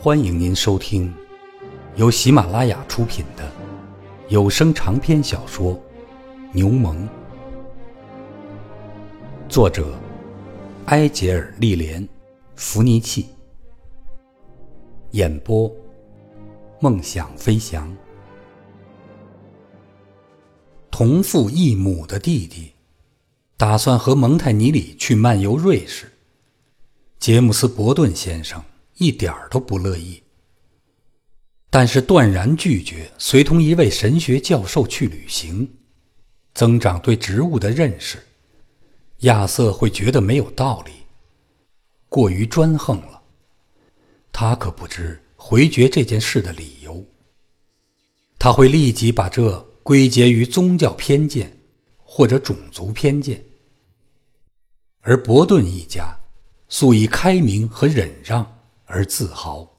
欢迎您收听由喜马拉雅出品的有声长篇小说《牛虻》，作者埃杰尔·利莲·弗尼契，演播梦想飞翔。同父异母的弟弟打算和蒙泰尼里去漫游瑞士，杰姆斯·伯顿先生一点儿都不乐意，但是断然拒绝随同一位神学教授去旅行，增长对植物的认识。亚瑟会觉得没有道理，过于专横了。他可不知回绝这件事的理由，他会立即把这归结于宗教偏见或者种族偏见。而伯顿一家素以开明和忍让而自豪。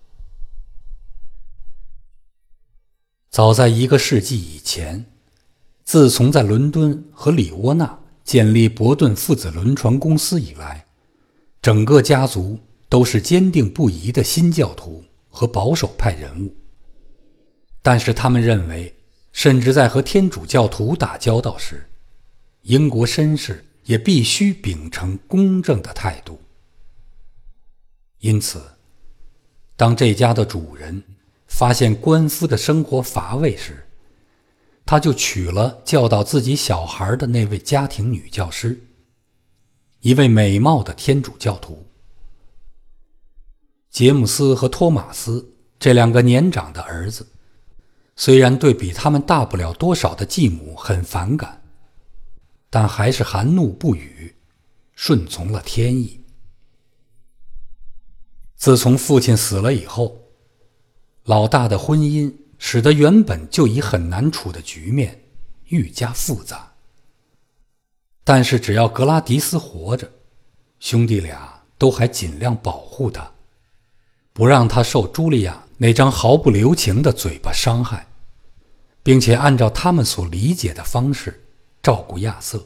早在1个世纪以前，自从在伦敦和里窝纳建立伯顿父子轮船公司以来，整个家族都是坚定不移的新教徒和保守派人物。但是他们认为，甚至在和天主教徒打交道时，英国绅士也必须秉承公正的态度。因此，当这家的主人发现官夫的生活乏味时，他就娶了教导自己小孩的那位家庭女教师，一位美貌的天主教徒。杰姆斯和托马斯这2个年长的儿子，虽然对比他们大不了多少的继母很反感，但还是含怒不语，顺从了天意。自从父亲死了以后，老大的婚姻使得原本就已很难处的局面愈加复杂。但是只要格拉迪斯活着，兄弟俩都还尽量保护他，不让他受茱莉亚那张毫不留情的嘴巴伤害，并且按照他们所理解的方式照顾亚瑟。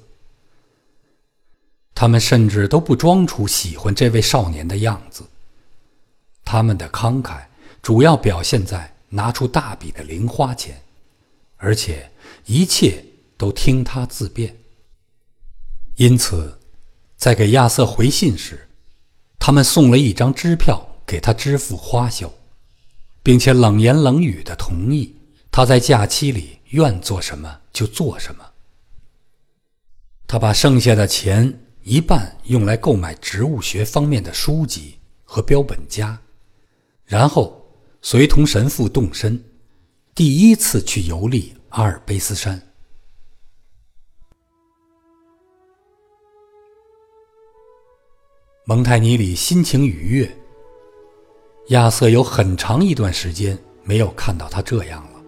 他们甚至都不装出喜欢这位少年的样子。他们的慷慨主要表现在拿出大笔的零花钱，而且一切都听他自便。因此，在给亚瑟回信时，他们送了一张支票给他支付花销，并且冷言冷语地同意他在假期里愿做什么就做什么。他把剩下的钱一半用来购买植物学方面的书籍和标本夹，然后随同神父动身，第一次去游历阿尔卑斯山。蒙泰尼里心情愉悦，亚瑟有很长一段时间没有看到他这样了。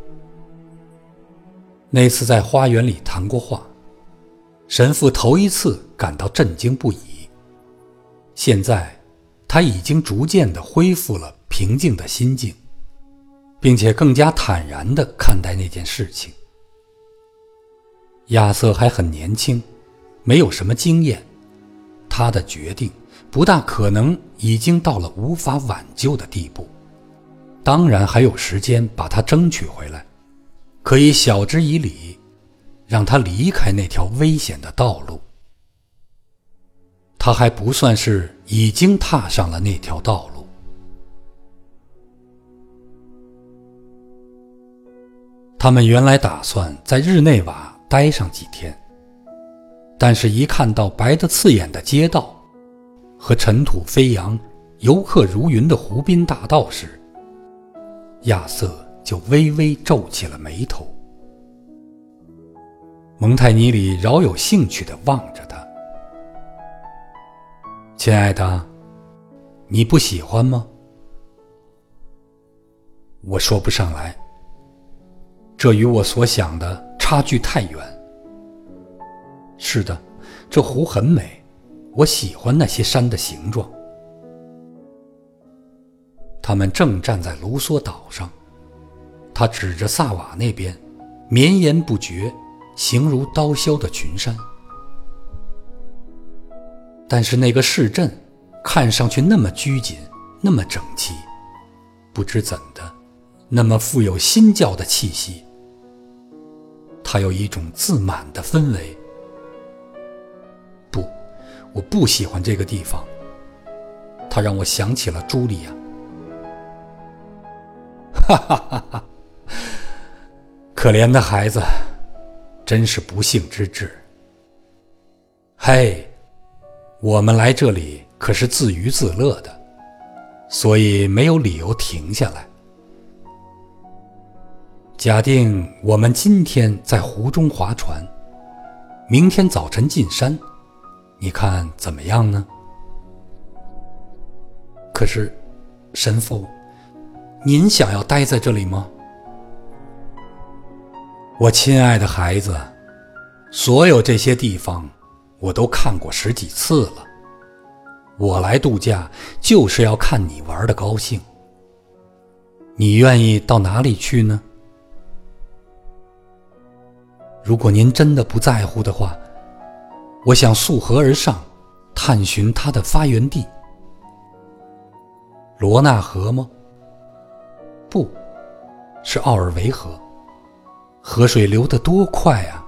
那次在花园里谈过话，神父头一次感到震惊不已。现在他已经逐渐地恢复了平静的心境，并且更加坦然地看待那件事情。亚瑟还很年轻，没有什么经验，他的决定不大可能已经到了无法挽救的地步，当然还有时间把他争取回来，可以晓之以理，让他离开那条危险的道路。他还不算是已经踏上了那条道路。他们原来打算在日内瓦待上几天，但是一看到白得刺眼的街道和尘土飞扬、游客如云的湖滨大道时，亚瑟就微微皱起了眉头。蒙泰尼里饶有兴趣地望着他。亲爱的，你不喜欢吗？我说不上来，这与我所想的差距太远。是的，这湖很美，我喜欢那些山的形状。他们正站在卢梭岛上，他指着萨瓦那边，绵延不绝，形如刀削的群山。但是那个市镇看上去那么拘谨，那么整齐， 不知怎的，那么富有新教的气息。它有一种自满的氛围。不，我不喜欢这个地方，它让我想起了茱莉亚。哈哈哈哈！可怜的孩子，真是不幸之至。嘿，我们来这里可是自娱自乐的，所以没有理由停下来。假定我们今天在湖中划船，明天早晨进山，你看怎么样呢？可是，神父，您想要待在这里吗？我亲爱的孩子，所有这些地方我都看过10几次了。我来度假就是要看你玩得高兴。你愿意到哪里去呢？如果您真的不在乎的话，我想溯河而上，探寻它的发源地。罗纳河吗？不，是奥尔维河。河水流得多快啊！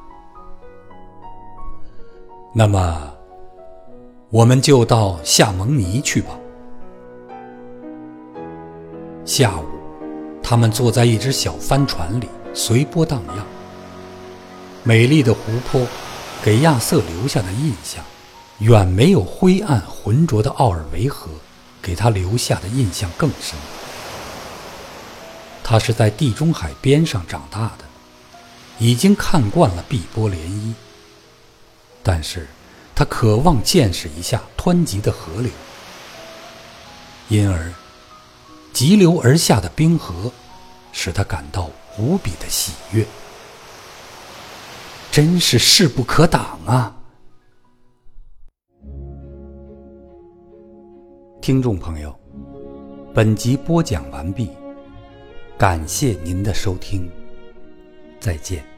那么，我们就到夏蒙尼去吧。下午，他们坐在一只小帆船里，随波荡漾。美丽的湖泊给亚瑟留下的印象，远没有灰暗浑浊的奥尔维河给他留下的印象更深。他是在地中海边上长大的，已经看惯了碧波涟漪，但是他渴望见识一下湍急的河流，因而急流而下的冰河使他感到无比的喜悦。真是势不可挡啊！听众朋友，本集播讲完毕，感谢您的收听，再见。